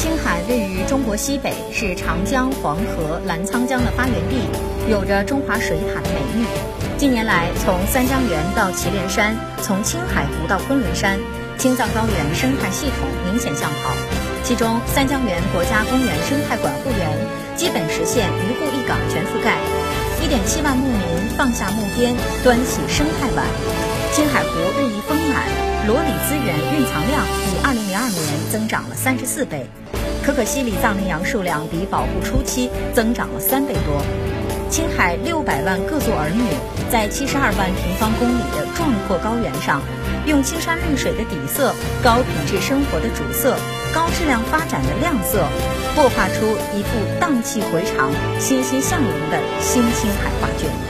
青海位于中国西北，是长江、黄河、澜沧江的发源地，有着中华水塔的美誉。近年来，从三江源到祁连山，从青海湖到昆仑山，青藏高原生态系统明显向好。其中，三江源国家公园生态管护园基本实现渔户一岗全覆盖，1.7万牧民放下木鞭，端起生态碗。青海湖日益丰满，裸鲤资源蕴藏量比2002年增长了34倍，可可西里藏羚羊数量比保护初期增长了3倍多。青海600万各族儿女在72万平方公里的壮阔高原上，用青山绿水的底色、高品质生活的主色、高质量发展的亮色，擘画出一幅荡气回肠、欣欣向荣的新青海画卷。